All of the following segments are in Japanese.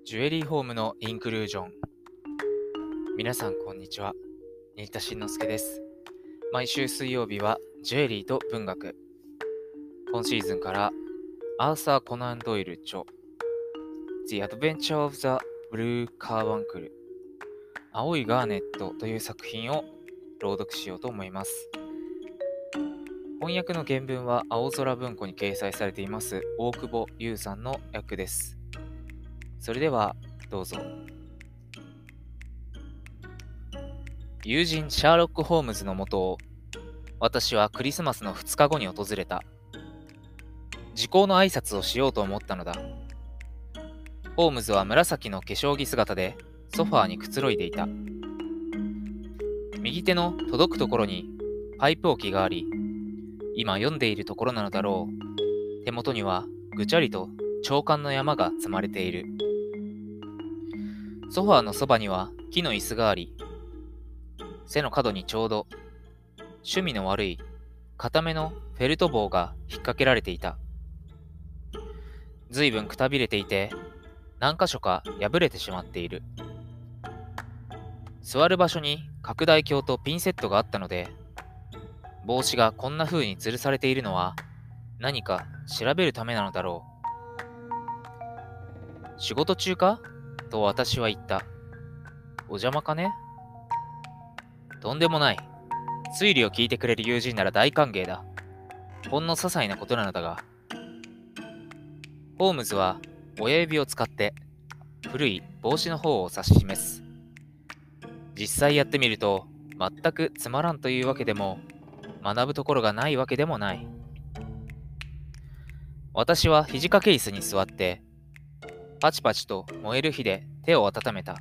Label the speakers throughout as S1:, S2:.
S1: ジュエリーホームのインクルージョン。皆さんこんにちは。新田慎之介です。毎週水曜日はジュエリーと文学。今シーズンからアーサー・コナン・ドイル著 The Adventure of the Blue Carbuncle 青いガーネットという作品を朗読しようと思います。翻訳の原文は青空文庫に掲載されています大久保優さんの訳です。それではどうぞ。友人シャーロック・ホームズのもとを私はクリスマスの2日後に訪れた。時効の挨拶をしようと思ったのだ。ホームズは紫の化粧着姿でソファーにくつろいでいた。右手の届くところにパイプ置きがあり、今読んでいるところなのだろう。手元にはぐちゃりと長官の山が積まれている。ソファーのそばには木の椅子があり、背の角にちょうど趣味の悪い固めのフェルト棒が引っ掛けられていた。ずいぶんくたびれていて、何箇所か破れてしまっている。座る場所に拡大鏡とピンセットがあったので、帽子がこんな風に吊るされているのは何か調べるためなのだろう。仕事中かと私は言った。お邪魔かね。とんでもない。推理を聞いてくれる友人なら大歓迎だ。ほんの些細なことなのだが。ホームズは親指を使って古い帽子の方を指し示す。実際やってみると全くつまらんというわけでも学ぶところがないわけでもない。私は肘掛け椅子に座ってパチパチと燃える火で手を温めた。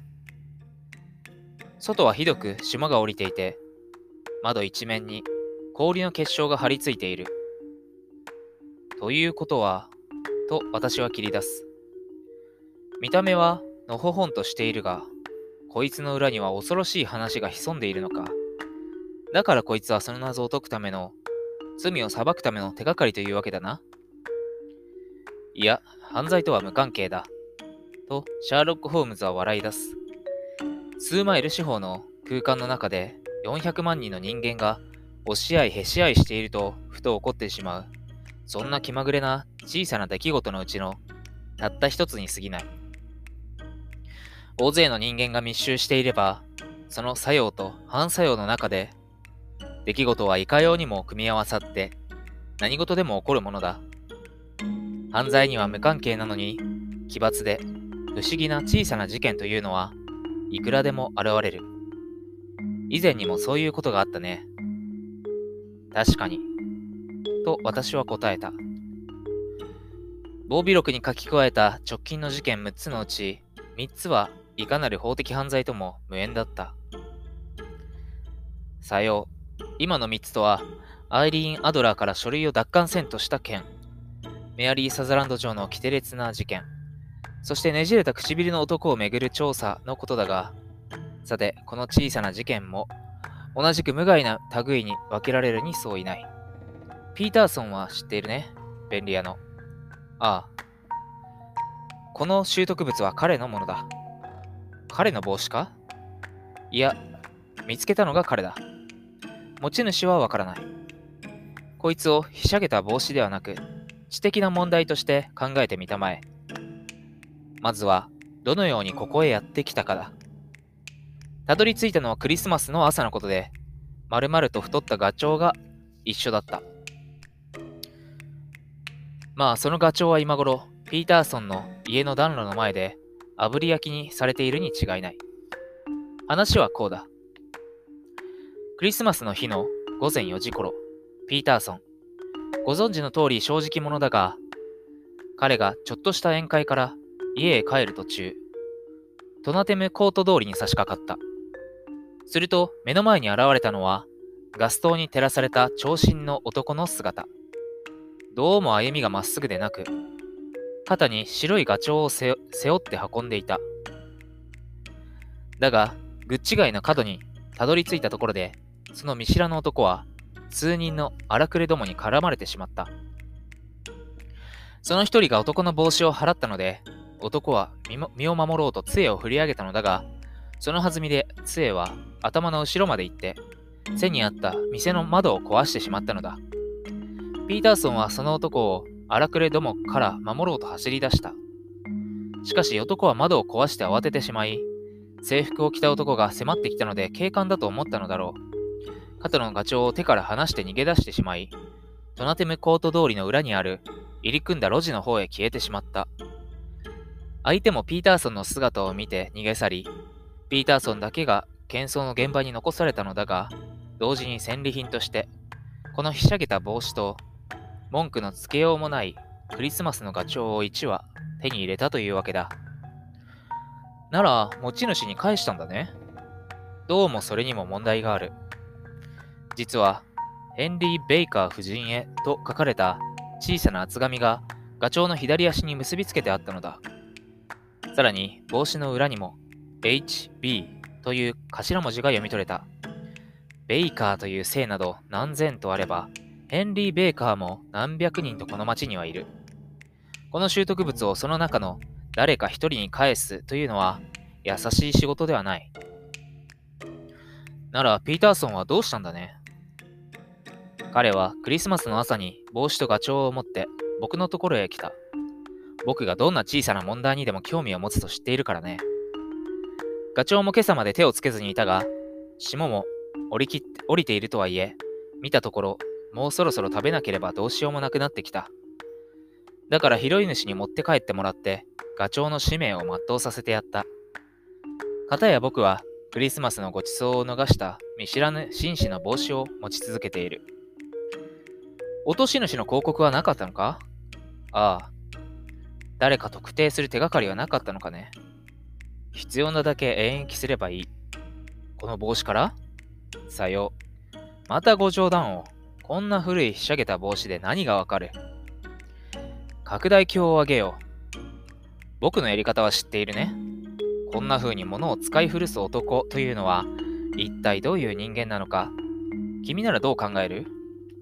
S1: 外はひどく霜が降りていて、窓一面に氷の結晶が張り付いている。ということは、と私は切り出す。見た目はのほほんとしているが、こいつの裏には恐ろしい話が潜んでいるのか。だからこいつはその謎を解くための、罪を裁くための手がかりというわけだな。いや、犯罪とは無関係だ。とシャーロック・ホームズは笑い出す。数マイル四方の空間の中で400万人の人間が押し合いへし合いしているとふと起こってしまう。そんな気まぐれな小さな出来事のうちのたった一つに過ぎない。大勢の人間が密集していれば、その作用と反作用の中で出来事はいかようにも組み合わさって何事でも起こるものだ。犯罪には無関係なのに奇抜で不思議な小さな事件というのはいくらでも現れる。以前にもそういうことがあったね。確かに。と私は答えた。防備録に書き加えた直近の事件6つのうち3つはいかなる法的犯罪とも無縁だった。さよう。今の3つとはアイリーン・アドラーから書類を奪還せんとした件、メアリー・サザランド城の奇烈な事件、そしてねじれた唇の男をめぐる調査のことだが、さて、この小さな事件も同じく無害な類に分けられるにそういない。ピーターソンは知っているね。便利屋の。ああ。この拾得物は彼のものだ。彼の帽子か？いや、見つけたのが彼だ。持ち主はわからない。こいつをひしゃげた帽子ではなく、知的な問題として考えてみたまえ。まずは、どのようにここへやってきたかだ。たどり着いたのはクリスマスの朝のことで、丸々と太ったガチョウが一緒だった。まあ、そのガチョウは今頃、ピーターソンの家の暖炉の前で、炙り焼きにされているに違いない。話はこうだ。クリスマスの日の午前4時頃、ピーターソン、ご存知の通り正直者だが、彼がちょっとした宴会から家へ帰る途中、トナテムコート通りに差し掛かった。すると目の前に現れたのはガス灯に照らされた長身の男の姿。どうも歩みがまっすぐでなく、肩に白いガチョウを背負って運んでいた。だが、グッチ街の角にたどり着いたところで、その見知らぬ男は数人の荒くれどもに絡まれてしまった。その一人が男の帽子を払ったので、 男は身を守ろうと杖を振り上げたのだが、その弾みで杖は頭の後ろまで行って、背にあった店の窓を壊してしまったのだ。ピーターソンはその男を荒くれどもから守ろうと走り出した。しかし男は窓を壊して慌ててしまい、制服を着た男が迫ってきたので警官だと思ったのだろう。肩のガチョウを手から離して逃げ出してしまい、トナテムコート通りの裏にある入り組んだ路地の方へ消えてしまった。相手もピーターソンの姿を見て逃げ去り、ピーターソンだけが喧騒の現場に残されたのだが、同時に戦利品として、このひしゃげた帽子と、文句のつけようもないクリスマスのガチョウを1羽手に入れたというわけだ。なら、持ち主に返したんだね。どうもそれにも問題がある。実は、ヘンリー・ベイカー夫人へと書かれた小さな厚紙がガチョウの左足に結びつけてあったのだ。さらに、帽子の裏にも HB という頭文字が読み取れた。ベイカーという姓など何千とあれば、ヘンリー・ベイカーも何百人とこの町にはいる。この習得物をその中の誰か一人に返すというのは優しい仕事ではない。なら、ピーターソンはどうしたんだね。彼はクリスマスの朝に帽子とガチョウを持って僕のところへ来た。僕がどんな小さな問題にでも興味を持つと知っているからね。ガチョウも今朝まで手をつけずにいたが、霜も降りているとはいえ、見たところ、もうそろそろ食べなければどうしようもなくなってきた。だから拾い主に持って帰ってもらって、ガチョウの使命を全うさせてやった。かたや僕は、クリスマスのご馳走を逃した見知らぬ紳士の帽子を持ち続けている。落とし主の広告はなかったのか？ああ。誰か特定する手がかりはなかったのかね。必要なだけ延期すればいい。この帽子から？さよう。またご冗談を。こんな古いひしゃげた帽子で何がわかる？拡大鏡をあげよう。僕のやり方は知っているね。こんな風に物を使い古す男というのは一体どういう人間なのか。君ならどう考える？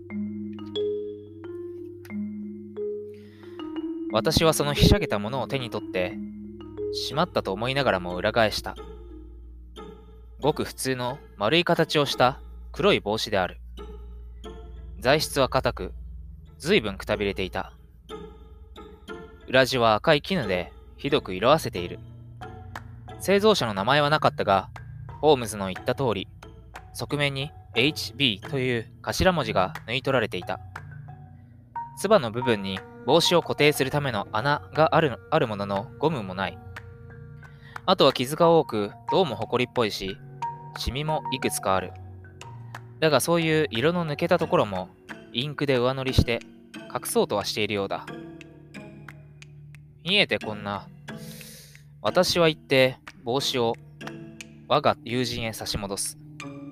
S1: 私はそのひしゃげたものを手に取ってしまったと思いながらも裏返した。ごく普通の丸い形をした黒い帽子である。材質は硬く、ずいぶんくたびれていた。裏地は赤い絹でひどく色あせている。製造者の名前はなかったが、ホームズの言った通り、側面に HB という頭文字が縫い取られていた。つばの部分に帽子を固定するための穴があるもののゴムもない。あとは傷が多く、どうも埃っぽいし、シミもいくつかある。だがそういう色の抜けたところもインクで上塗りして隠そうとはしているようだ。見えてこんな。私は言って帽子を我が友人へ差し戻す。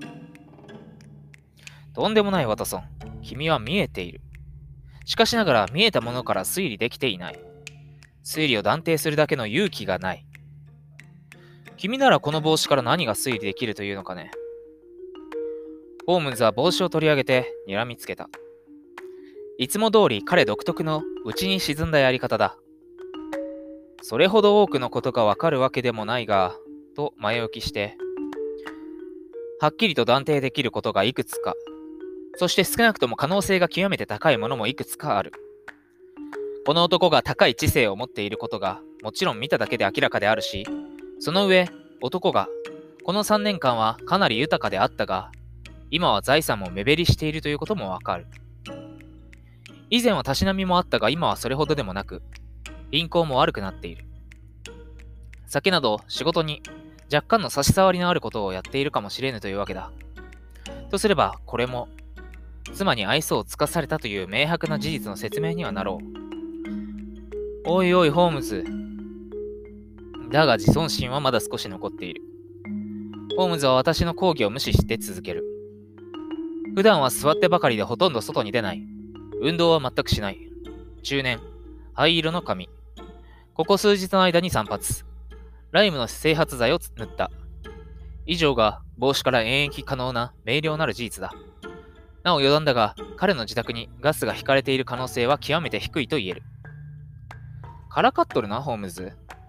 S1: とんでもないワトソン。君は見えている。しかしながら見えたものから推理できていない。推理を断定するだけの勇気がない。君ならこの帽子から何が推理できるというのかね。ホームズは帽子を取り上げて睨みつけた。いつも通り彼独特の内に沈んだやり方だ。それほど多くのことがわかるわけでもないが、と前置きして、はっきりと断定できることがいくつか、そして少なくとも可能性が極めて高いものもいくつかある。この男が高い知性を持っていることがもちろん見ただけで明らかであるし、その上、男がこの3年間はかなり豊かであったが、今は財産も目減りしているということもわかる。以前はたしなみもあったが今はそれほどでもなく、貧困も悪くなっている。酒など仕事に若干の差し障りのあることをやっているかもしれぬというわけだ。とすればこれも妻に愛想を尽かされたという明白な事実の説明にはなろう。おいおいホームズ。だが自尊心はまだ少し残っている。ホームズは私の講義を無視して続ける。普段は座ってばかりでほとんど外に出ない。運動は全くしない。中年。灰色の髪。ここ数日の間に散髪。ライムの整髪剤を塗った。以上が帽子から延期可能な明瞭なる事実だ。なお余談だが、彼の自宅にガスが引かれている可能性は極めて低いと言える。からかっとるな、ホームズ。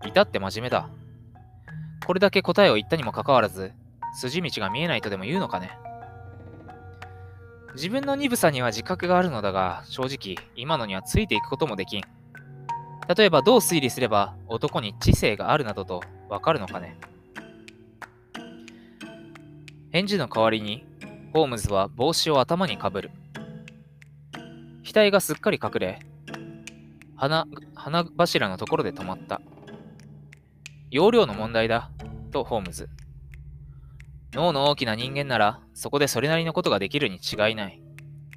S1: 至って真面目だ。これだけ答えを言ったにもかかわらず、筋道が見えないとでも言うのかね。自分の鈍さには自覚があるのだが、正直、今のにはついていくこともできん。例えば、どう推理すれば男に知性があるなどとわかるのかね。返事の代わりに、ホームズは帽子を頭にかぶる。額がすっかり隠れ、花柱のところで止まった。容量の問題だ、とホームズ。脳の大きな人間なら、そこでそれなりのことができるに違いない。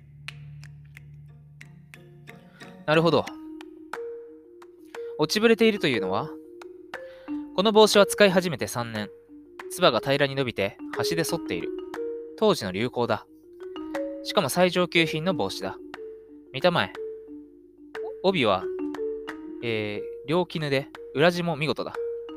S1: なるほど。落ちぶれているというのは、この帽子は使い始めて3年。つばが平らに伸びて端で反っている。当時の流行だ。しかも最上級品の帽子だ。見たまえ。帯は、両絹で裏地も見事だ。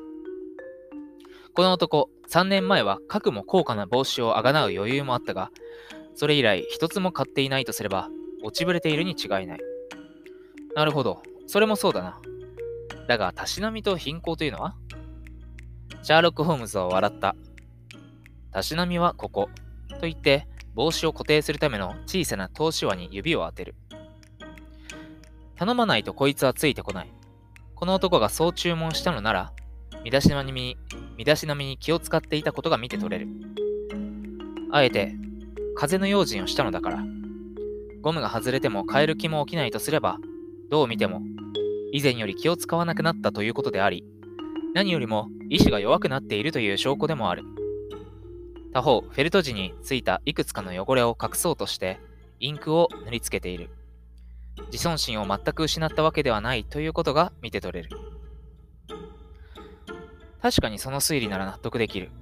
S1: この男、3年前はかくも高価な帽子をあがなう余裕もあったが、それ以来一つも買っていないとすれば、落ちぶれているに違いない。なるほど、それもそうだな。だが、たしなみと貧困というのは？シャーロック・ホームズは笑った。たしなみはここ。と言って、帽子を固定するための小さな通し輪に指を当てる。頼まないとこいつはついてこない。この男がそう注文したのなら、身だしなみに気を使っていたことが見て取れる。あえて、風の用心をしたのだから。ゴムが外れても変える気も起きないとすれば、どう見ても、以前より気を使わなくなったということであり、何よりも意志が弱くなっているという証拠でもある。他方、フェルト地についたいくつかの汚れを隠そうとして、インクを塗りつけている。自尊心を全く失ったわけではないということが見て取れる。確かにその推理なら納得できる。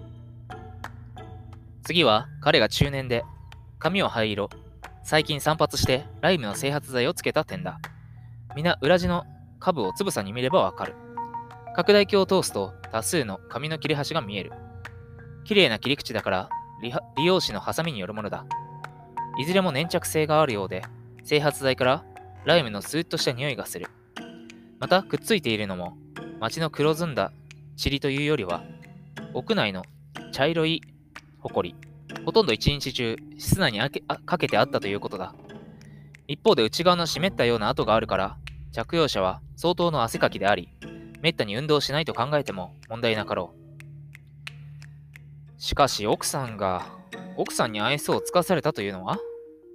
S1: 次は彼が中年で、髪を灰色、最近散髪してライムの整髪剤をつけた点だ。皆裏地の下部をつぶさに見ればわかる。拡大鏡を通すと多数の紙の切れ端が見える。綺麗な切り口だから理容師のハサミによるものだ。いずれも粘着性があるようで、整髪剤からライムのスーッとした匂いがする。またくっついているのも街の黒ずんだ塵というよりは屋内の茶色いほこり、ほとんど一日中室内にかけてあったということだ。一方で内側の湿ったような跡があるから、着用者は相当の汗かきであり、めったに運動しないと考えても問題なかろう。しかし奥さんに愛想をつかされたというのは？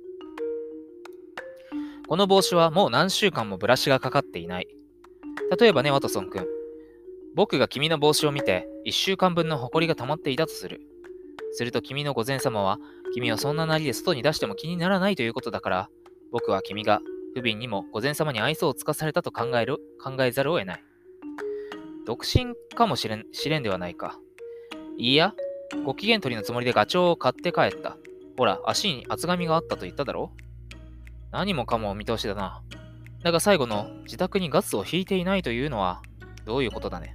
S1: この帽子はもう何週間もブラシがかかっていない。例えばね、ワトソン君。僕が君の帽子を見て1週間分のホコリが溜まっていたとする。すると君の御前様は、君をそんななりで外に出しても気にならないということだから、僕は君が不憫にも御前様に愛想をつかされたと考えざるを得ない。独身かもしれんではないか。いいや、ご機嫌取りのつもりでガチョウを買って帰った。ほら、足に厚紙があったと言っただろ？何もかもお見通しだな。だが最後の自宅にガスを引いていないというのはどういうことだね。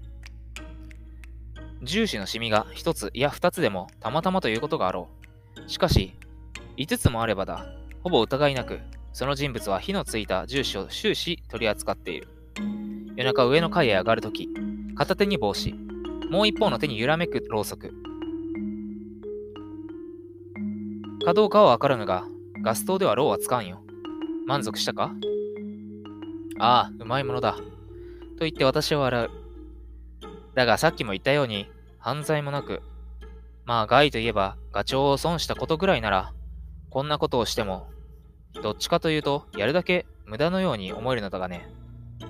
S1: 重視のシミが一ついや二つでもたまたまということがあろう。しかし、五つもあればだ。ほぼ疑いなく、その人物は火のついた重視を終始取り扱っている。夜中上の階へ上がるとき、片手に帽子、もう一方の手に揺らめくろうそく。かどうかはわからぬが、ガス灯ではろうはつかんよ。満足したか？ああ、うまいものだ。と言って私は笑う。だがさっきも言ったように、犯罪もなく、まあ害といえばガチョウを損したことぐらいなら、こんなことをしても、どっちかというとやるだけ無駄のように思えるのだがね。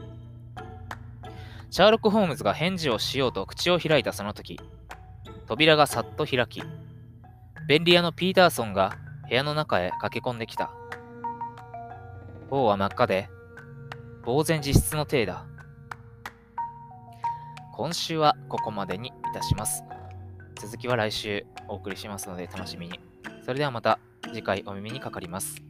S1: シャーロック・ホームズが返事をしようと口を開いたその時、扉がさっと開き、便利屋のピーターソンが部屋の中へ駆け込んできた。頬は真っ赤で、呆然自失の体だ。今週はここまでにいたします。続きは来週お送りしますので楽しみに。それではまた次回お耳にかかります。